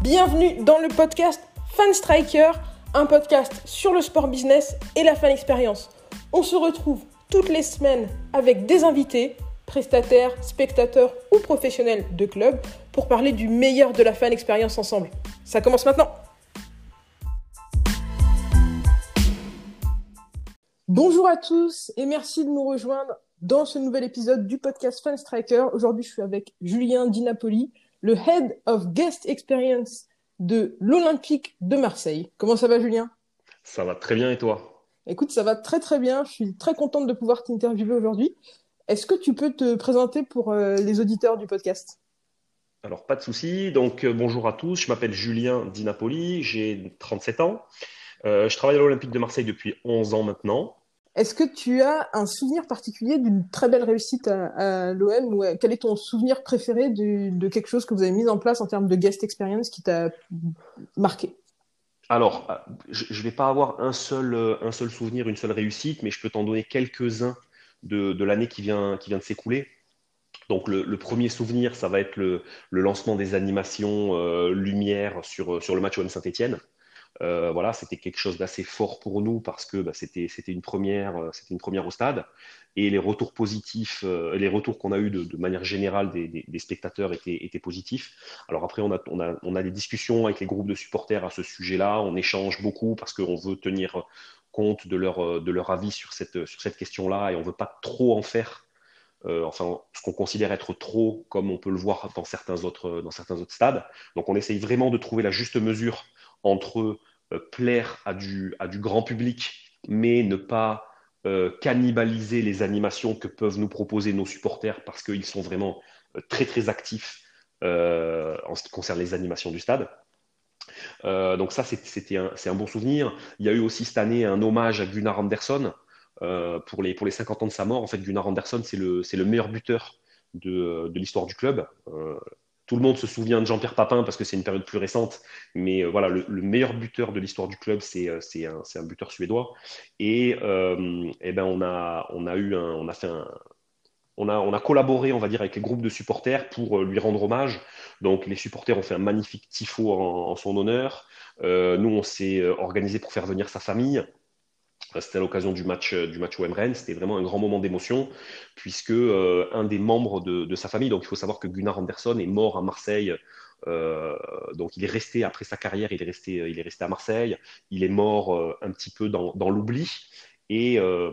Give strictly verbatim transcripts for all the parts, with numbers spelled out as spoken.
Bienvenue dans le podcast Fan Striker, un podcast sur le sport business et la fan expérience. On se retrouve toutes les semaines avec des invités, prestataires, spectateurs ou professionnels de club pour parler du meilleur de la fan expérience ensemble. Ça commence maintenant. Bonjour à tous et merci de nous rejoindre dans ce nouvel épisode du podcast Fan Striker. Aujourd'hui, je suis avec Julien Di Napoli, le Head of Guest Experience de l'Olympique de Marseille. Comment ça va, Julien ? Ça va très bien et toi ? Écoute, ça va très très bien. Je suis très contente de pouvoir t'interviewer aujourd'hui. Est-ce que tu peux te présenter pour euh, les auditeurs du podcast ? Alors, pas de souci. Donc, euh, bonjour à tous. Je m'appelle Julien Di Napoli. J'ai trente-sept ans. Euh, je travaille à l'Olympique de Marseille depuis onze ans maintenant. Est-ce que tu as un souvenir particulier d'une très belle réussite à, à l'O M ou euh, quel est ton souvenir préféré de, de quelque chose que vous avez mis en place en termes de guest experience qui t'a marqué ? Alors, euh, je ne vais pas avoir un seul, euh, un seul souvenir, une seule réussite, mais je peux t'en donner quelques-uns de, de l'année qui vient, qui vient de s'écouler. Donc, le, le premier souvenir, ça va être le, le lancement des animations euh, lumière sur, sur le match O M Saint-Étienne. Euh, voilà, c'était quelque chose d'assez fort pour nous parce que bah, c'était, c'était une première, euh, c'était une première au stade et les retours positifs, euh, les retours qu'on a eu de, de manière générale des, des, des spectateurs étaient, étaient positifs. Alors après, on a, on a, on a des discussions avec les groupes de supporters à ce sujet-là, on échange beaucoup parce qu'on veut tenir compte de leur, de leur avis sur cette, sur cette question-là et on veut pas trop en faire. Euh, enfin, ce qu'on considère être trop, comme on peut le voir dans certains autres, dans certains autres stades. Donc, on essaye vraiment de trouver la juste mesure entre euh, plaire à du, à du grand public, mais ne pas euh, cannibaliser les animations que peuvent nous proposer nos supporters parce qu'ils sont vraiment euh, très, très actifs euh, en ce qui concerne les animations du stade. Euh, donc ça, c'est, c'était un, c'est un bon souvenir. Il y a eu aussi cette année un hommage à Gunnar Andersson euh, pour les, pour les cinquante ans de sa mort. En fait, Gunnar Andersson, c'est le, c'est le meilleur buteur de, de l'histoire du club. Euh, tout le monde se souvient de Jean-Pierre Papin parce que c'est une période plus récente, mais euh, voilà, le, le meilleur buteur de l'histoire du club, c'est, euh, c'est, un, c'est un buteur suédois. Et, euh, eh ben on a, on a eu un, on a fait un, on a, on a collaboré, on va dire, avec les groupes de supporters pour euh, lui rendre hommage. Donc, les supporters ont fait un magnifique tifo en, en son honneur. Euh, nous, on s'est euh, organisé pour faire venir sa famille. C'était à l'occasion du match, du match O M Rennes. C'était vraiment un grand moment d'émotion, puisque euh, un des membres de, de sa famille, donc il faut savoir que Gunnar Andersson est mort à Marseille. Euh, donc il est resté, après sa carrière, il est resté, il est resté à Marseille. Il est mort euh, un petit peu dans, dans l'oubli. Et, euh,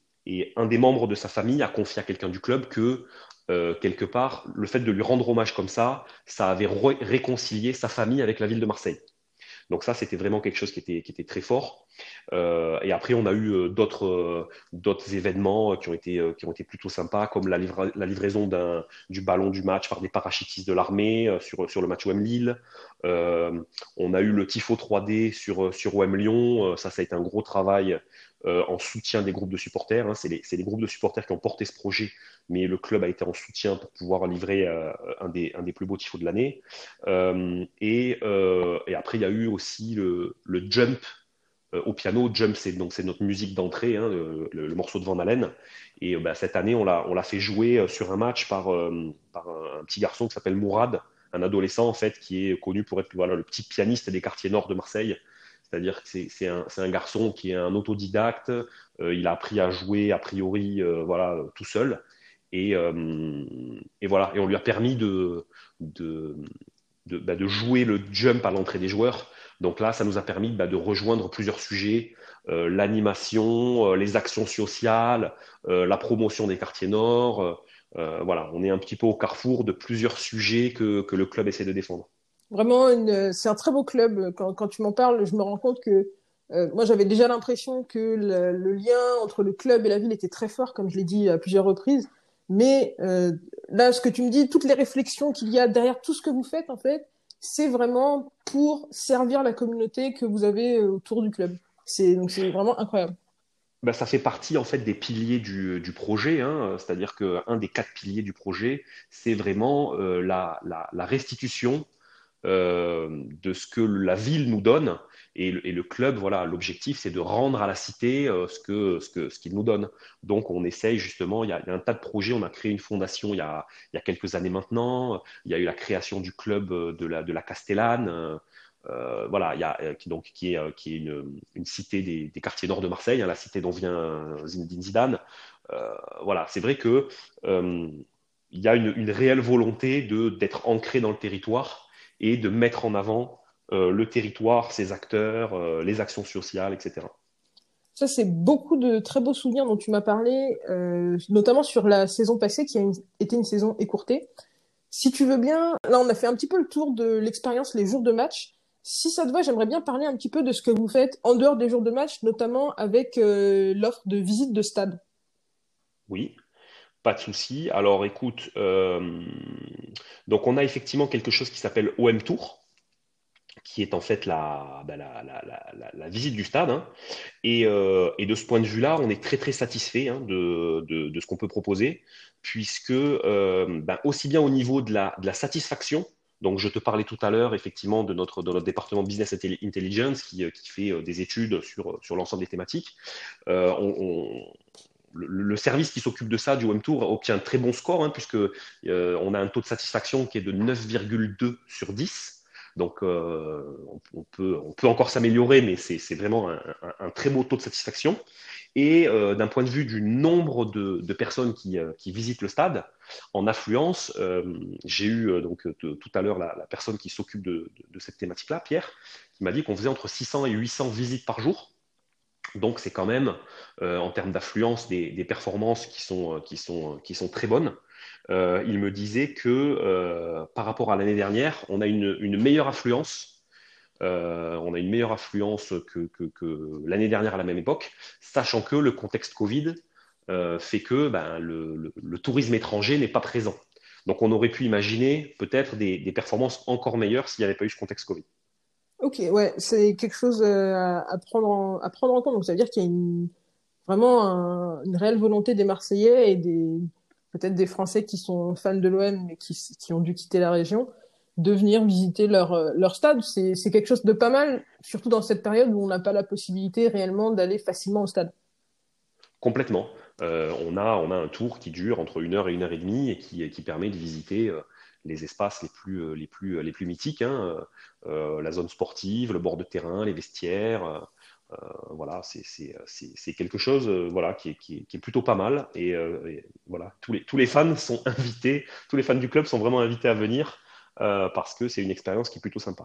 et un des membres de sa famille a confié à quelqu'un du club que, euh, quelque part, le fait de lui rendre hommage comme ça, ça avait ré- réconcilié sa famille avec la ville de Marseille. Donc ça, c'était vraiment quelque chose qui était, qui était très fort. Euh, et après, on a eu euh, d'autres, euh, d'autres événements qui ont été, euh, qui ont été plutôt sympas, comme la, livra- la livraison d'un, du ballon du match par des parachutistes de l'armée euh, sur, sur le match O M Lille. Euh, on a eu le Tifo trois D sur, sur O M Lyon. Euh, ça, ça a été un gros travail euh, en soutien des groupes de supporters. Hein. C'est les, c'est les groupes de supporters qui ont porté ce projet, mais le club a été en soutien pour pouvoir livrer euh, un, des, un des plus beaux tifos de l'année. Euh, et, euh, et après, il y a eu aussi le, le jump euh, au piano. Jump, c'est donc c'est notre musique d'entrée, hein, le, le, le morceau de Van Halen. Et euh, bah, cette année, on l'a on l'a fait jouer euh, sur un match par euh, par un, un petit garçon qui s'appelle Mourad, un adolescent en fait qui est connu pour être voilà le petit pianiste des quartiers nord de Marseille. C'est-à-dire que c'est c'est un c'est un garçon qui est un autodidacte. Euh, il a appris à jouer a priori euh, voilà tout seul. Et, euh, et voilà, et on lui a permis de, de, de, bah, de jouer le jump à l'entrée des joueurs. Donc là, ça nous a permis bah, de rejoindre plusieurs sujets, euh, l'animation, euh, les actions sociales, euh, la promotion des quartiers nord. Euh, euh, voilà, on est un petit peu au carrefour de plusieurs sujets que, que le club essaie de défendre. Vraiment, une, c'est un très beau club. Quand, quand tu m'en parles, je me rends compte que euh, moi, j'avais déjà l'impression que le, le lien entre le club et la ville était très fort, comme je l'ai dit à plusieurs reprises. Mais euh, là, ce que tu me dis, toutes les réflexions qu'il y a derrière tout ce que vous faites, en fait, c'est vraiment pour servir la communauté que vous avez euh, autour du club. C'est, donc, c'est vraiment incroyable. Ben, ça fait partie en fait des piliers du, du projet, hein. C'est-à-dire qu'un des quatre piliers du projet, c'est vraiment euh, la, la, la restitution euh, de ce que la ville nous donne. Et le, et le club, voilà, l'objectif, c'est de rendre à la cité euh, ce que, ce que, ce qu'il nous donne. Donc, on essaye justement, il y, a, il y a un tas de projets. On a créé une fondation il y a, il y a quelques années maintenant. Il y a eu la création du club de la, de la Castellane. Euh, euh, voilà, il y a, qui, donc, qui est, qui est une, une cité des, des quartiers nord de Marseille, hein, la cité dont vient Zinedine Zidane. Euh, voilà, c'est vrai que euh, il y a une, une réelle volonté de, d'être ancré dans le territoire et de mettre en avant euh, le territoire, ses acteurs, euh, les actions sociales, et cetera. Ça, c'est beaucoup de très beaux souvenirs dont tu m'as parlé, euh, notamment sur la saison passée qui a une- été une saison écourtée. Si tu veux bien, là, on a fait un petit peu le tour de l'expérience les jours de match. Si ça te va, j'aimerais bien parler un petit peu de ce que vous faites en dehors des jours de match, notamment avec euh, l'offre de visite de stade. Oui, pas de souci. Alors écoute, euh, donc on a effectivement quelque chose qui s'appelle O M Tour, qui est en fait la, bah, la, la, la, la- la visite du stade, hein. Et, euh, et de ce point de vue-là, on est très très satisfait hein, de, de, de ce qu'on peut proposer, puisque euh, ben, aussi bien au niveau de la, de la satisfaction, donc je te parlais tout à l'heure effectivement de notre, de notre département Business Intelligence qui, qui fait euh, des études sur, sur l'ensemble des thématiques. Euh, on, on- le, le service qui s'occupe de ça, du O M Tour, obtient un très bon score, hein, puisque euh, on a un taux de satisfaction qui est de neuf virgule deux sur dix. Donc, euh, on, on peut, on peut encore s'améliorer, mais c'est c'est vraiment un, un- un très beau taux de satisfaction. Et euh, d'un point de vue du nombre de, de personnes qui, euh, qui visitent le stade, en affluence, euh, j'ai eu euh, donc de- tout à l'heure la, la personne qui s'occupe de, de- de cette thématique-là, Pierre, qui m'a dit qu'on faisait entre six cents et huit cents visites par jour. Donc c'est quand même, euh, en termes d'affluence, des, des performances qui sont, euh, qui sont, qui sont très bonnes. Euh, il me disait que euh, par rapport à l'année dernière, on a une, une meilleure affluence. Euh, on a une meilleure affluence que, que, que l'année dernière à la même époque, sachant que le contexte Covid euh, fait que ben, le, le, le tourisme étranger n'est pas présent. Donc on aurait pu imaginer peut-être des, des performances encore meilleures s'il n'y avait pas eu ce contexte Covid. Ok, ouais, c'est quelque chose euh, à, à prendre en, à prendre en compte. Donc ça veut dire qu'il y a une, vraiment un- une réelle volonté des Marseillais et des peut-être des Français qui sont fans de l'O M mais qui, qui ont dû quitter la région de venir visiter leur, euh, leur stade. C'est, c'est quelque chose de pas mal, surtout dans cette période où on n'a pas la possibilité réellement d'aller facilement au stade. Complètement. Euh, on a, on a un tour qui dure entre une heure et une heure et demie et qui, qui permet de visiter euh, les espaces les plus, euh, les plus, les plus mythiques, hein, euh, la zone sportive, le bord de terrain, les vestiaires. Euh, euh, voilà, c'est c'est- c'est- c'est quelque chose euh, voilà, qui est, qui est- qui est plutôt pas mal. Et, euh, et voilà, tous les, tous les fans sont invités, tous les fans du club sont vraiment invités à venir euh, parce que c'est une expérience qui est plutôt sympa.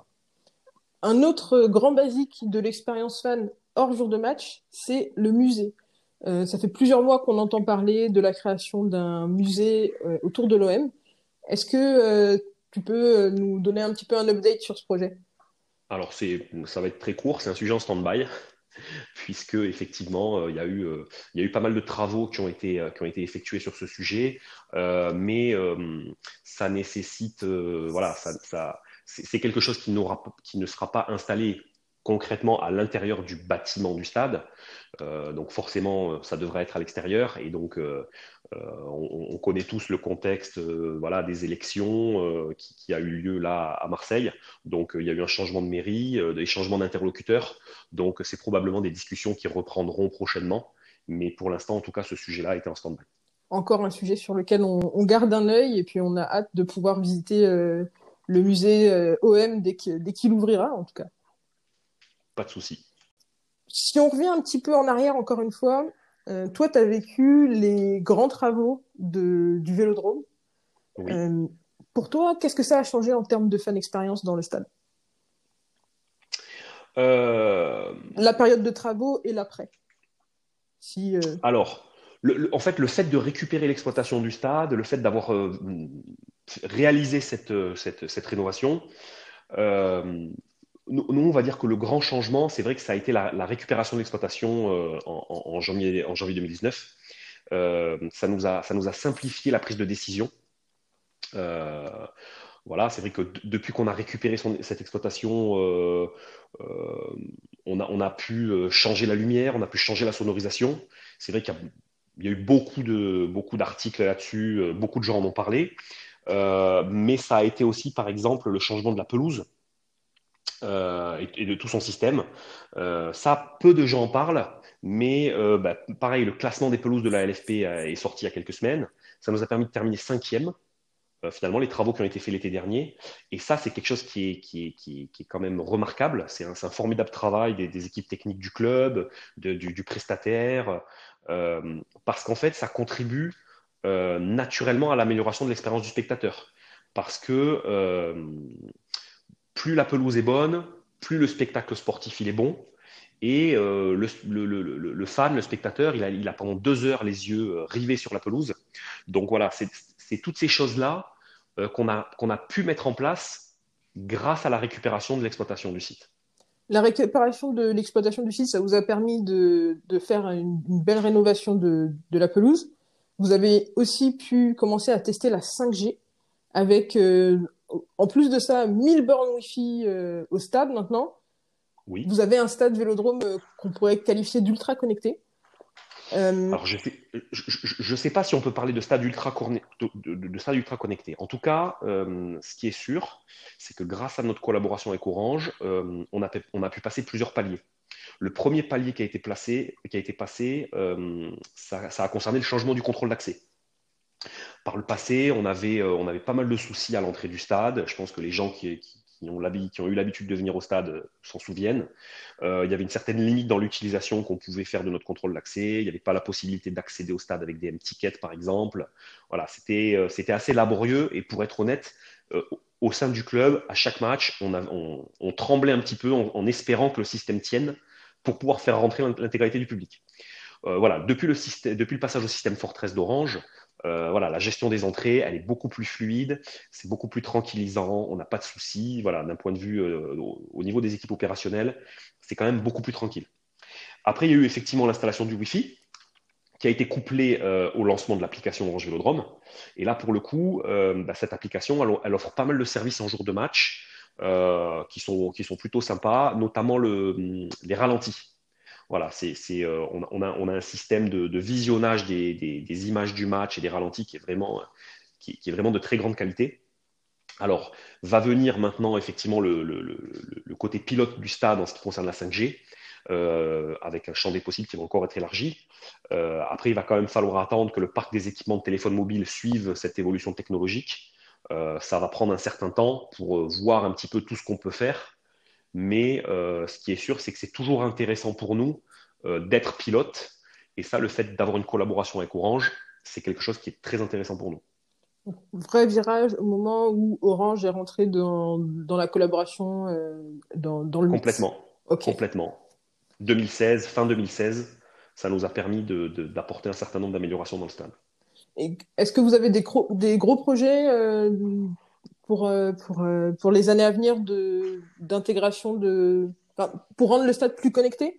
Un autre grand basique de l'expérience fan hors jour de match, c'est le musée. Euh, ça fait plusieurs mois qu'on entend parler de la création d'un musée euh, autour de l'O M. Est-ce que euh, tu peux euh, nous donner un petit peu un update sur ce projet? Alors, c'est, ça va être très court, c'est un sujet en stand-by. Puisque effectivement, euh, il y a eu, euh, il y a eu pas mal de travaux qui ont été, euh, qui ont été effectués sur ce sujet, euh, mais euh, ça nécessite, euh, voilà, ça, ça, c'est c'est quelque chose qui n'aura, qui ne sera pas installé concrètement à l'intérieur du bâtiment du stade. Euh, donc forcément, euh, ça devrait être à l'extérieur. Et donc, euh, euh, on, on connaît tous le contexte, euh, voilà, des élections euh, qui, qui a eu lieu là à Marseille. Donc, euh, il y a eu un changement de mairie, euh, des changements d'interlocuteurs. Donc, c'est probablement des discussions qui reprendront prochainement. Mais pour l'instant, en tout cas, ce sujet-là était en stand-by. Encore un sujet sur lequel on, on garde un œil et puis on a hâte de pouvoir visiter euh, le musée euh, O M dès que- dès qu'il ouvrira, en tout cas. Pas de souci. Si on revient un petit peu en arrière, encore une fois, euh, toi, tu as vécu les grands travaux de, du Vélodrome. Oui. Euh, pour toi, qu'est-ce que ça a changé en termes de fan expérience dans le stade? Euh, La période de travaux et l'après. Si, euh, alors, le- le- en fait, le fait de récupérer l'exploitation du stade, le fait d'avoir euh, réalisé cette, euh, cette, cette rénovation, euh, nous, nous, on va dire que le grand changement, c'est vrai que ça a été la, la récupération de l'exploitation euh, en, en- en janvier, en janvier deux mille dix-neuf. Euh, ça nous a, ça nous a simplifié la prise de décision. Euh, voilà, c'est vrai que d- depuis qu'on a récupéré son- cette exploitation, euh, euh, on a, on a pu euh, changer la lumière, on a pu changer la sonorisation. C'est vrai qu'il y a, il y a eu beaucoup de, beaucoup d'articles là-dessus, euh, beaucoup de gens en ont parlé. Euh, mais ça a été aussi, par exemple, le changement de la pelouse. euh, et, et de tout son système. Euh, ça, peu de gens en parlent, mais euh, bah, pareil, le classement des pelouses de la L F P euh, est sorti il y a quelques semaines. Ça nous a permis de terminer cinquième, euh, finalement, les travaux qui ont été faits l'été dernier. Et ça, c'est quelque chose qui est, qui est, qui est, qui est quand même remarquable. C'est un, c'est un formidable travail des, des équipes techniques du club, de, du, du prestataire, euh, parce qu'en fait, ça contribue euh, naturellement à l'amélioration de l'expérience du spectateur. Parce que euh, plus la pelouse est bonne, plus le spectacle sportif il est bon. Et euh, le, le, le, le, fan, le spectateur, il a, il a pendant deux heures les yeux rivés sur la pelouse. Donc voilà, c'est, c'est toutes ces choses-là euh, qu'on a, qu'on a pu mettre en place grâce à la récupération de l'exploitation du site. La récupération de l'exploitation du site, ça vous a permis de, de faire une, une belle rénovation de, de la pelouse. Vous avez aussi pu commencer à tester la cinq G avec, euh, en plus de ça, mille bornes Wi-Fi euh, au stade maintenant. Oui. Vous avez un stade Vélodrome euh, qu'on pourrait qualifier d'ultra connecté. Euh, Alors je ne sais, je, je, je sais pas si on peut parler de stade ultra, de, de, de stade ultra connecté. En tout cas, euh, ce qui est sûr, c'est que grâce à notre collaboration avec Orange, euh, on, a, on a pu passer plusieurs paliers. Le premier palier qui a été, placé, qui a été passé, euh, ça, ça, a concerné le changement du contrôle d'accès. Par le passé, on avait, euh, on avait pas mal de soucis à l'entrée du stade. Je pense que les gens qui, qui, qui, ont, qui ont, eu l'habitude de venir au stade euh, s'en souviennent. Euh, il y avait une certaine limite dans l'utilisation qu'on pouvait faire de notre contrôle d'accès. Il n'y avait pas la possibilité d'accéder au stade avec des M-tickets, par exemple. Voilà, c'était, euh, c'était assez laborieux. Et pour être honnête, euh, au sein du club, à chaque match, on, a, on, on tremblait un petit peu en, en espérant que le système tienne pour pouvoir faire rentrer l'intégralité du public. Euh, voilà, depuis le, système, depuis le passage au système Fortress d'Orange, euh, voilà, la gestion des entrées, elle est beaucoup plus fluide, c'est beaucoup plus tranquillisant, on n'a pas de soucis. Voilà, d'un point de vue euh, au, au niveau des équipes opérationnelles, c'est quand même beaucoup plus tranquille. Après, il y a eu effectivement l'installation du Wi-Fi qui a été couplée euh, au lancement de l'application Orange Vélodrome. Et là, pour le coup, euh, bah, cette application, elle, elle, offre pas mal de services en jour de match euh, qui, sont, qui sont plutôt sympas, notamment le, les ralentis. Voilà, c'est, c'est, euh, on, on, a, on a un système de, de visionnage des, des, des, images du match et des ralentis qui est vraiment, qui, qui est vraiment de très grande qualité. Alors, va venir maintenant effectivement le, le, le, le, côté pilote du stade en ce qui concerne la cinq G, euh, avec un champ des possibles qui va encore être élargi. Euh, après, il va quand même falloir attendre que le parc des équipements de téléphone mobile suive cette évolution technologique. Euh, ça va prendre un certain temps pour voir un petit peu tout ce qu'on peut faire. Mais euh, ce qui est sûr, c'est que c'est toujours intéressant pour nous euh, d'être pilote. Et ça, le fait d'avoir une collaboration avec Orange, c'est quelque chose qui est très intéressant pour nous. Vrai virage au moment où Orange est rentré dans, dans la collaboration, euh, dans, dans le mix. Complètement. Ok. Complètement. deux mille seize, fin deux mille seize, ça nous a permis de, de, d'apporter un certain nombre d'améliorations dans le stade. Et est-ce que vous avez des, gros, des gros projets euh, pour, euh, pour, euh, pour les années à venir de, d'intégration de, enfin, pour rendre le stade plus connecté?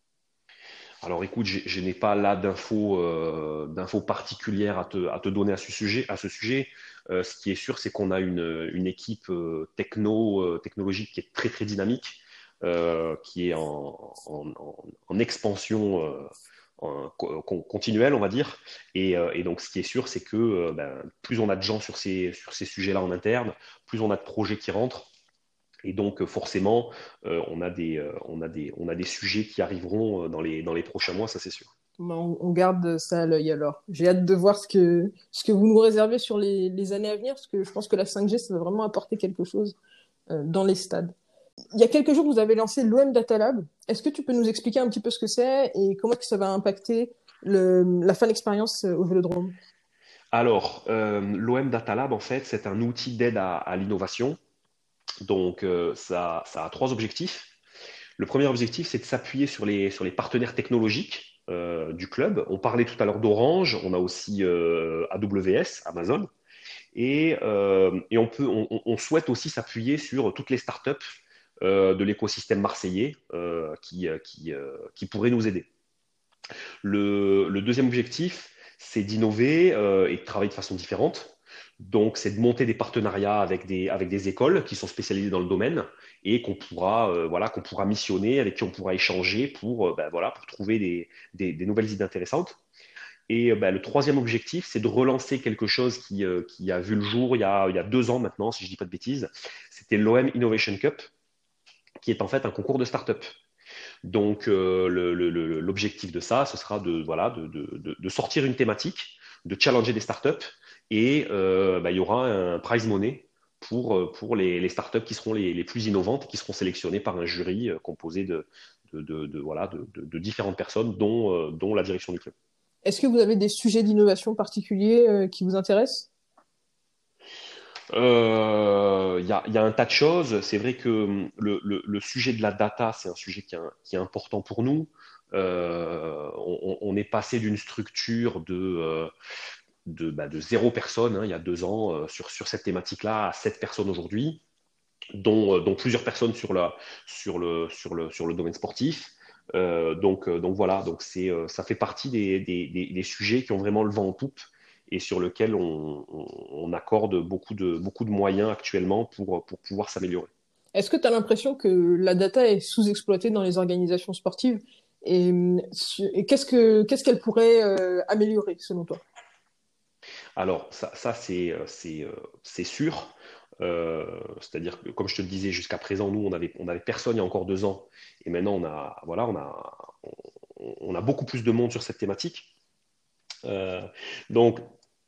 Alors écoute, je, je n'ai pas là d'infos, euh, d'infos particulières à te, à te donner à ce sujet. À ce sujet. Euh, ce qui est sûr, c'est qu'on a une, une équipe euh, techno, euh, technologique qui est très très dynamique, euh, qui est en, en, en, en expansion euh, en, con, continuelle, on va dire. Et, euh, et, donc ce qui est sûr, c'est que euh, ben, plus on a de gens sur ces, sur ces sujets-là en interne, plus on a de projets qui rentrent. Et donc, forcément, euh, on, a des, euh, on, a des, on a des sujets qui arriveront dans les, dans les prochains mois, ça c'est sûr. Ben, on, on garde ça à l'œil alors. J'ai hâte de voir ce que, ce que vous nous réservez sur les, les années à venir, parce que je pense que la cinq G, ça va vraiment apporter quelque chose euh, dans les stades. Il y a quelques jours, vous avez lancé l'O M Data Lab. Est-ce que tu peux nous expliquer un petit peu ce que c'est et comment est-ce que ça va impacter le, la fan expérience au Vélodrome? Alors, euh, l'O M Data Lab, en fait, c'est un outil d'aide à, à l'innovation. Donc, euh, ça, ça a trois objectifs. Le premier objectif, c'est de s'appuyer sur les, sur les partenaires technologiques euh, du club. On parlait tout à l'heure d'Orange, on a aussi euh, A W S, Amazon, et, euh, et on, peut, on, on souhaite aussi s'appuyer sur toutes les startups euh, de l'écosystème marseillais euh, qui, qui, euh, qui pourraient nous aider. Le, le deuxième objectif, c'est d'innover euh, et de travailler de façon différente. Donc, c'est de monter des partenariats avec des, avec des écoles qui sont spécialisées dans le domaine et qu'on pourra, euh, voilà, qu'on pourra missionner, avec qui on pourra échanger pour, euh, ben, voilà, pour trouver des, des, des nouvelles idées intéressantes. Et euh, ben, le troisième objectif, c'est de relancer quelque chose qui, euh, qui a vu le jour il y a, il y a deux ans maintenant, si je ne dis pas de bêtises. C'était l'O M Innovation Cup, qui est en fait un concours de start-up. Donc, euh, le- le- le- l'objectif de ça, ce sera de, voilà, de, de- de- de sortir une thématique, de challenger des startups, et euh, bah, il y aura un prize money pour, euh, pour les, les startups qui seront les, les plus innovantes, qui seront sélectionnées par un jury euh, composé de, de, de- de- voilà, de, de- de différentes personnes, dont, euh, dont la direction du club. Est-ce que vous avez des sujets d'innovation particuliers euh, qui vous intéressent? Euh, Il y a, il y a un tas de choses. C'est vrai que hum, le, le- le sujet de la data, c'est un sujet qui est, un- qui est important pour nous. Euh, on, on est passé d'une structure de, euh, de, bah, de zéro personne hein, il y a deux ans euh, sur, sur cette thématique-là à sept personnes aujourd'hui, dont, euh, dont plusieurs personnes sur, la, sur, le, sur, le, sur le domaine sportif. Euh, donc, euh, donc voilà, donc c'est, euh, ça fait partie des, des, des, des sujets qui ont vraiment le vent en poupe et sur lesquels on, on, on accorde beaucoup de, beaucoup de moyens actuellement pour, pour pouvoir s'améliorer. Est-ce que tu as l'impression que la data est sous-exploitée dans les organisations sportives et, hum, su- et qu'est-ce que qu'est-ce qu'elle pourrait euh, améliorer selon toi? Alors, ça, ça c'est, euh, c'est, euh, c'est sûr. Euh, c'est-à-dire que, comme je te le disais, jusqu'à présent, nous, on avait, on avait personne il y a encore deux ans. Et maintenant, on a, voilà, on a, on, on a beaucoup plus de monde sur cette thématique. Euh, donc,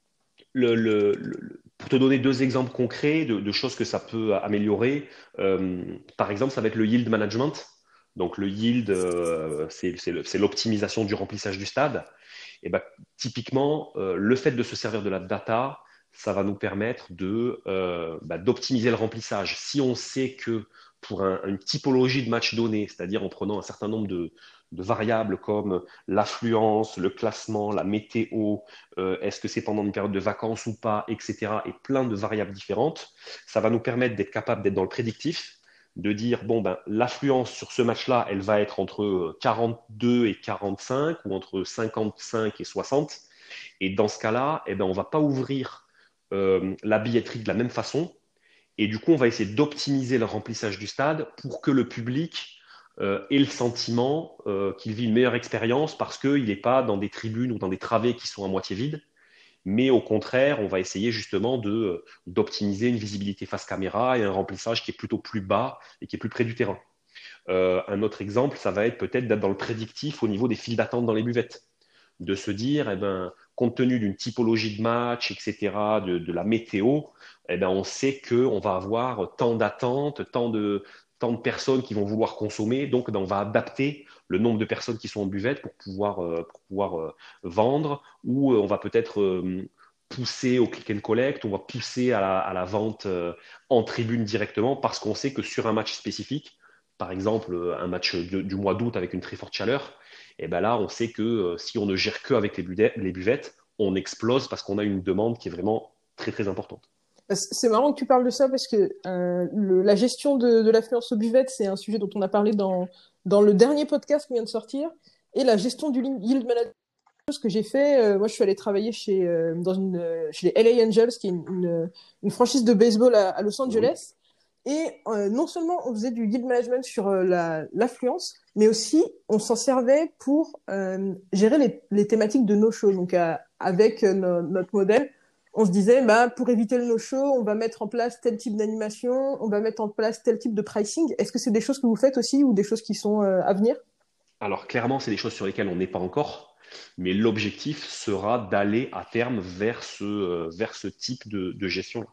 le, le- le- pour te donner deux exemples concrets de, de choses que ça peut améliorer, euh, par exemple, ça va être le yield management. Donc, le yield, euh, c'est c'est le- c'est l'optimisation du remplissage du stade. Et ben, typiquement, euh, le fait de se servir de la data, ça va nous permettre de, euh, bah, d'optimiser le remplissage. Si on sait que pour un- une typologie de match donné, c'est-à-dire en prenant un certain nombre de, de variables comme l'affluence, le classement, la météo, euh, est-ce que c'est pendant une période de vacances ou pas, et cetera, et plein de variables différentes, ça va nous permettre d'être capable d'être dans le prédictif, de dire, bon, ben, l'affluence sur ce match-là, elle va être entre quarante-deux et quarante-cinq ou entre cinquante-cinq et soixante. Et dans ce cas-là, eh ben, on ne va pas ouvrir euh, la billetterie de la même façon. Et du coup, on va essayer d'optimiser le remplissage du stade pour que le public euh, ait le sentiment euh, qu'il vit une meilleure expérience parce qu'il n'est pas dans des tribunes ou dans des travées qui sont à moitié vides, mais au contraire, on va essayer justement de, d'optimiser une visibilité face caméra et un remplissage qui est plutôt plus bas et qui est plus près du terrain. Euh, un autre exemple, ça va être peut-être d'être dans le prédictif au niveau des files d'attente dans les buvettes, de se dire, eh ben, compte tenu d'une typologie de match, et cetera, de, de la météo, eh ben, on sait qu'on va avoir tant d'attentes, tant de, tant de personnes qui vont vouloir consommer, donc ben, on va adapter le nombre de personnes qui sont en buvette pour pouvoir, euh, pour pouvoir euh, vendre, ou euh, on va peut-être euh, pousser au click and collect, on va pousser à la, à la vente euh, en tribune directement, parce qu'on sait que sur un match spécifique, par exemple un match de- du mois d'août avec une très forte chaleur, et ben là, on sait que euh, si on ne gère que avec les, buvettes, les buvettes, on explose parce qu'on a une demande qui est vraiment très très importante. C'est marrant que tu parles de ça parce que euh, le- la gestion de, de l'affluence aux buvettes, c'est un sujet dont on a parlé dans, dans le dernier podcast qui vient de sortir. Et la gestion du yield management, ce que j'ai fait, euh, moi je suis allé travailler chez, euh, dans une, euh, chez les L A Angels, qui est une, une, une franchise de baseball à, à Los Mhm. Angeles. Et euh, non seulement on faisait du yield management sur euh, la, l'affluence, mais aussi on s'en servait pour euh, gérer les, les thématiques de no-show. Donc euh, avec euh, no- notre modèle, on se disait, bah, pour éviter le no-show, on va mettre en place tel type d'animation, on va mettre en place tel type de pricing. Est-ce que c'est des choses que vous faites aussi ou des choses qui sont euh, à venir? Alors clairement, c'est des choses sur lesquelles on n'est pas encore, mais l'objectif sera d'aller à terme vers ce, euh, vers ce type de, de gestion.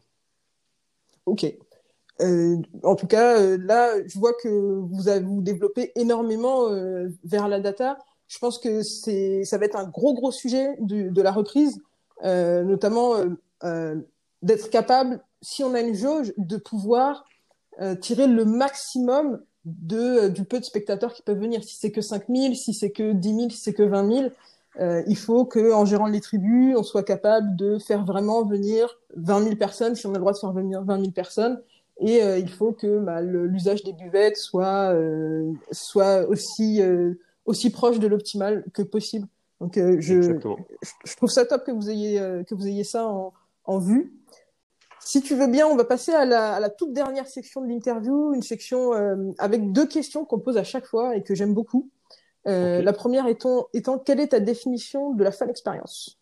Ok. Euh, en tout cas, euh, là, je vois que vous avez vous développez énormément euh, vers la data. Je pense que c'est, ça va être un gros gros sujet de, de la reprise, euh, notamment euh, euh, d'être capable, si on a une jauge, de pouvoir euh, tirer le maximum de, euh, du peu de spectateurs qui peuvent venir. Si c'est que cinq mille, si c'est que dix mille, si c'est que vingt mille, euh, il faut qu'en gérant les tribus, on soit capable de faire vraiment venir vingt mille personnes, si on a le droit de faire venir vingt mille personnes. Et euh, il faut que bah, le- l'usage des buvettes soit, euh, soit aussi, euh, aussi proche de l'optimal que possible. Donc euh, je, Exactement. je trouve ça top que vous ayez, euh, que vous ayez ça en, en vue. Si tu veux bien, on va passer à la, à la toute dernière section de l'interview, une section euh, avec deux questions qu'on pose à chaque fois et que j'aime beaucoup. Ok. Euh, la première étant, étant, quelle est ta définition de la fan expérience?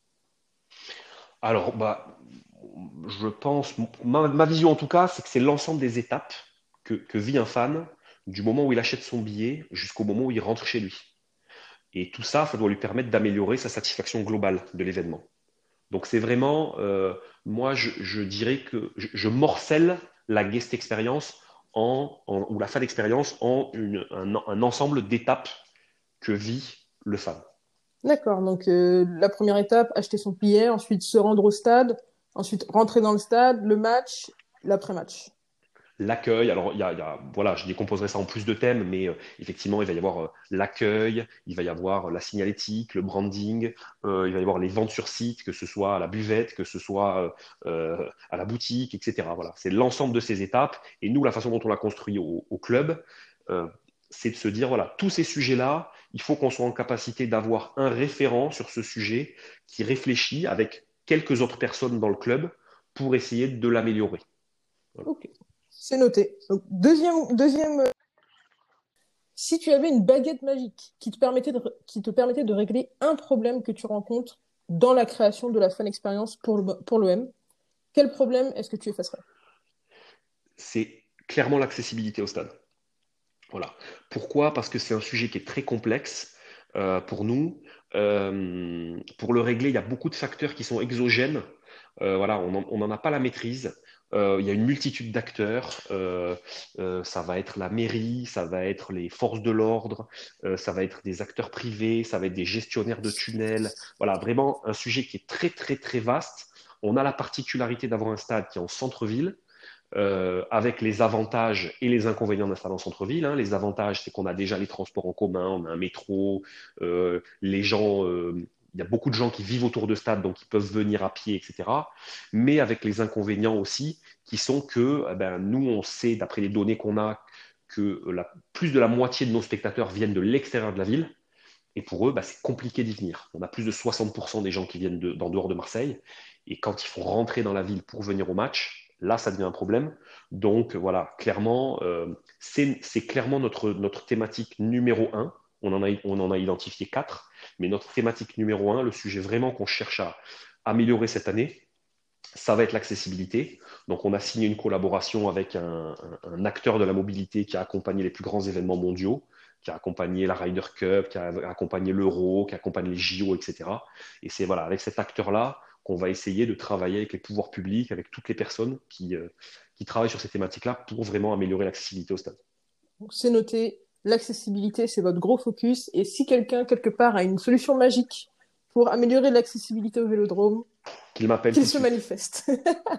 Alors, bah, je pense, ma, ma vision en tout cas, c'est que c'est l'ensemble des étapes que, que vit un fan du moment où il achète son billet jusqu'au moment où il rentre chez lui. Et tout ça, ça doit lui permettre d'améliorer sa satisfaction globale de l'événement. Donc c'est vraiment, euh, moi je, je, dirais que je, je morcelle la guest experience en, en, ou la fan experience en une, un, un ensemble d'étapes que vit le fan. D'accord, donc euh, la première étape, acheter son billet, ensuite se rendre au stade, ensuite rentrer dans le stade, le match, l'après-match. L'accueil, alors il y a, il y a, voilà, je décomposerai ça en plus de thèmes, mais euh, effectivement, il va y avoir euh, l'accueil, il va y avoir la signalétique, le branding, euh, il va y avoir les ventes sur site, que ce soit à la buvette, que ce soit euh, euh, à la boutique, et cetera. Voilà, c'est l'ensemble de ces étapes. Et nous, la façon dont on l'a construit au, au club, euh, c'est de se dire, voilà, tous ces sujets-là, il faut qu'on soit en capacité d'avoir un référent sur ce sujet qui réfléchit avec quelques autres personnes dans le club pour essayer de l'améliorer. Voilà. Ok, c'est noté. Donc, deuxième, deuxième, euh, si tu avais une baguette magique qui te permettait de, qui te permettait de régler un problème que tu rencontres dans la création de la fan expérience pour le, pour l'O M, quel problème est-ce que tu effacerais? C'est clairement l'accessibilité au stade. Voilà. Pourquoi? Parce que c'est un sujet qui est très complexe euh, pour nous. Euh, pour le régler, il y a beaucoup de facteurs qui sont exogènes. Euh, voilà, on n'en a pas la maîtrise. Euh, il y a une multitude d'acteurs. Euh, euh, ça va être la mairie, ça va être les forces de l'ordre, euh, ça va être des acteurs privés, ça va être des gestionnaires de tunnels. Voilà, vraiment un sujet qui est très, très, très vaste. On a la particularité d'avoir un stade qui est en centre-ville. Euh, avec les avantages et les inconvénients d'installer en centre-ville. Hein. Les avantages, c'est qu'on a déjà les transports en commun, on a un métro, euh, les gens, euh, il y a beaucoup de gens qui vivent autour de stade, donc ils peuvent venir à pied, et cetera. Mais avec les inconvénients aussi, qui sont que eh ben, nous, on sait, d'après les données qu'on a, que la, plus de la moitié de nos spectateurs viennent de l'extérieur de la ville. Et pour eux, bah, c'est compliqué d'y venir. On a plus de soixante pour cent des gens qui viennent de, d'en dehors de Marseille. Et quand il faut rentrer dans la ville pour venir au match, là, ça devient un problème. Donc voilà, clairement, euh, c'est, c'est clairement notre, notre thématique numéro un. On en, a, on en a identifié quatre. Mais notre thématique numéro un, le sujet vraiment qu'on cherche à améliorer cette année, ça va être l'accessibilité. Donc, on a signé une collaboration avec un, un, un acteur de la mobilité qui a accompagné les plus grands événements mondiaux, qui a accompagné la Ryder Cup, qui a accompagné l'Euro, qui a accompagné les J O, et cetera. Et c'est voilà, avec cet acteur-là qu'on va essayer de travailler avec les pouvoirs publics, avec toutes les personnes qui, euh, qui travaillent sur ces thématiques-là pour vraiment améliorer l'accessibilité au stade. Donc, c'est noté, l'accessibilité, c'est votre gros focus. Et si quelqu'un, quelque part, a une solution magique pour améliorer l'accessibilité au Vélodrome, Qu'il m'appelle tout qu'il de se suite. manifeste.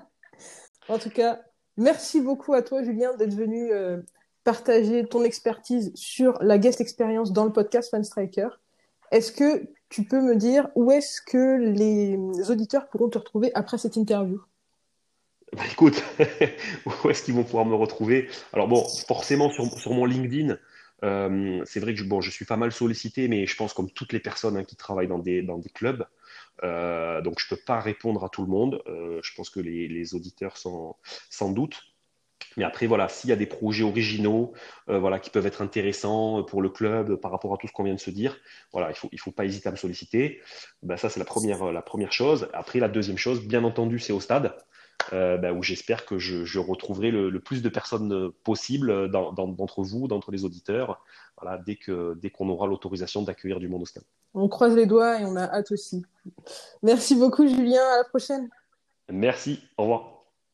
En tout cas, merci beaucoup à toi, Julien, d'être venu euh, partager ton expertise sur la guest experience dans le podcast Fan Striker. Est-ce que tu peux me dire où est-ce que les auditeurs pourront te retrouver après cette interview? Bah, écoute, où est-ce qu'ils vont pouvoir me retrouver? Alors bon, forcément sur, sur mon LinkedIn, euh, c'est vrai que je, bon, je suis pas mal sollicité, mais je pense comme toutes les personnes hein, qui travaillent dans des, dans des clubs, euh, donc je peux pas répondre à tout le monde. Euh, je pense que les, les auditeurs s'en, s'en doutent. Mais après, voilà, s'il y a des projets originaux, euh, voilà, qui peuvent être intéressants pour le club par rapport à tout ce qu'on vient de se dire, voilà, il faut, il faut pas hésiter à me solliciter. Ben, ça, c'est la première, la première chose. Après, la deuxième chose, bien entendu, c'est au stade, euh, ben, où j'espère que je, je retrouverai le, le plus de personnes possible dans, dans, d'entre vous, d'entre les auditeurs, voilà, dès que, dès qu'on aura l'autorisation d'accueillir du monde au stade. On croise les doigts et on a hâte aussi. Merci beaucoup, Julien. À la prochaine. Merci, au revoir.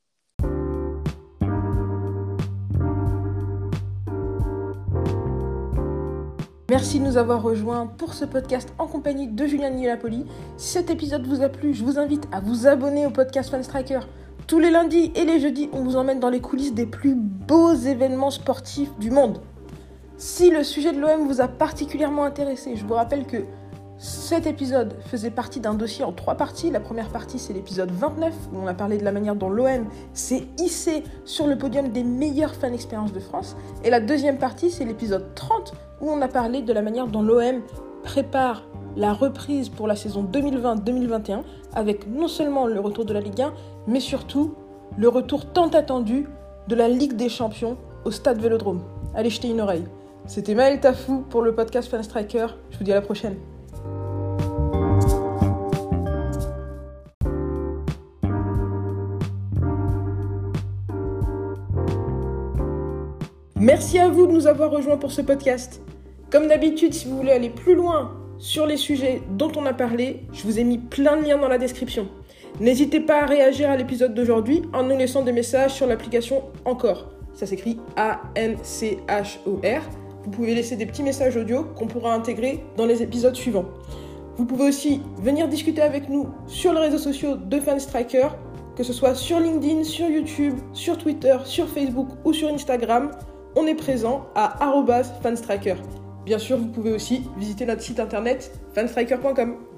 Merci de nous avoir rejoints pour ce podcast en compagnie de Julien Niolapoli. Si cet épisode vous a plu, je vous invite à vous abonner au podcast Fan Striker. Tous les lundis et les jeudis, on vous emmène dans les coulisses des plus beaux événements sportifs du monde. Si le sujet de l'O M vous a particulièrement intéressé, je vous rappelle que cet épisode faisait partie d'un dossier en trois parties. La première partie, c'est l'épisode vingt-neuf, où on a parlé de la manière dont l'O M s'est hissé sur le podium des meilleures fan expériences de France. Et la deuxième partie, c'est l'épisode trente, où on a parlé de la manière dont l'O M prépare la reprise pour la saison deux mille vingt deux mille vingt et un, avec non seulement le retour de la Ligue un, mais surtout le retour tant attendu de la Ligue des Champions au Stade Vélodrome. Allez jeter une oreille. C'était Maël Tafou pour le podcast Fan Striker. Je vous dis à la prochaine. Merci à vous de nous avoir rejoints pour ce podcast. Comme d'habitude, si vous voulez aller plus loin sur les sujets dont on a parlé, je vous ai mis plein de liens dans la description. N'hésitez pas à réagir à l'épisode d'aujourd'hui en nous laissant des messages sur l'application Encore. Ça s'écrit A N C H O R. Vous pouvez laisser des petits messages audio qu'on pourra intégrer dans les épisodes suivants. Vous pouvez aussi venir discuter avec nous sur les réseaux sociaux de Fanstriker, que ce soit sur LinkedIn, sur YouTube, sur Twitter, sur Facebook ou sur Instagram. On est présent à arobase fanstriker. Bien sûr, vous pouvez aussi visiter notre site internet fanstriker point com.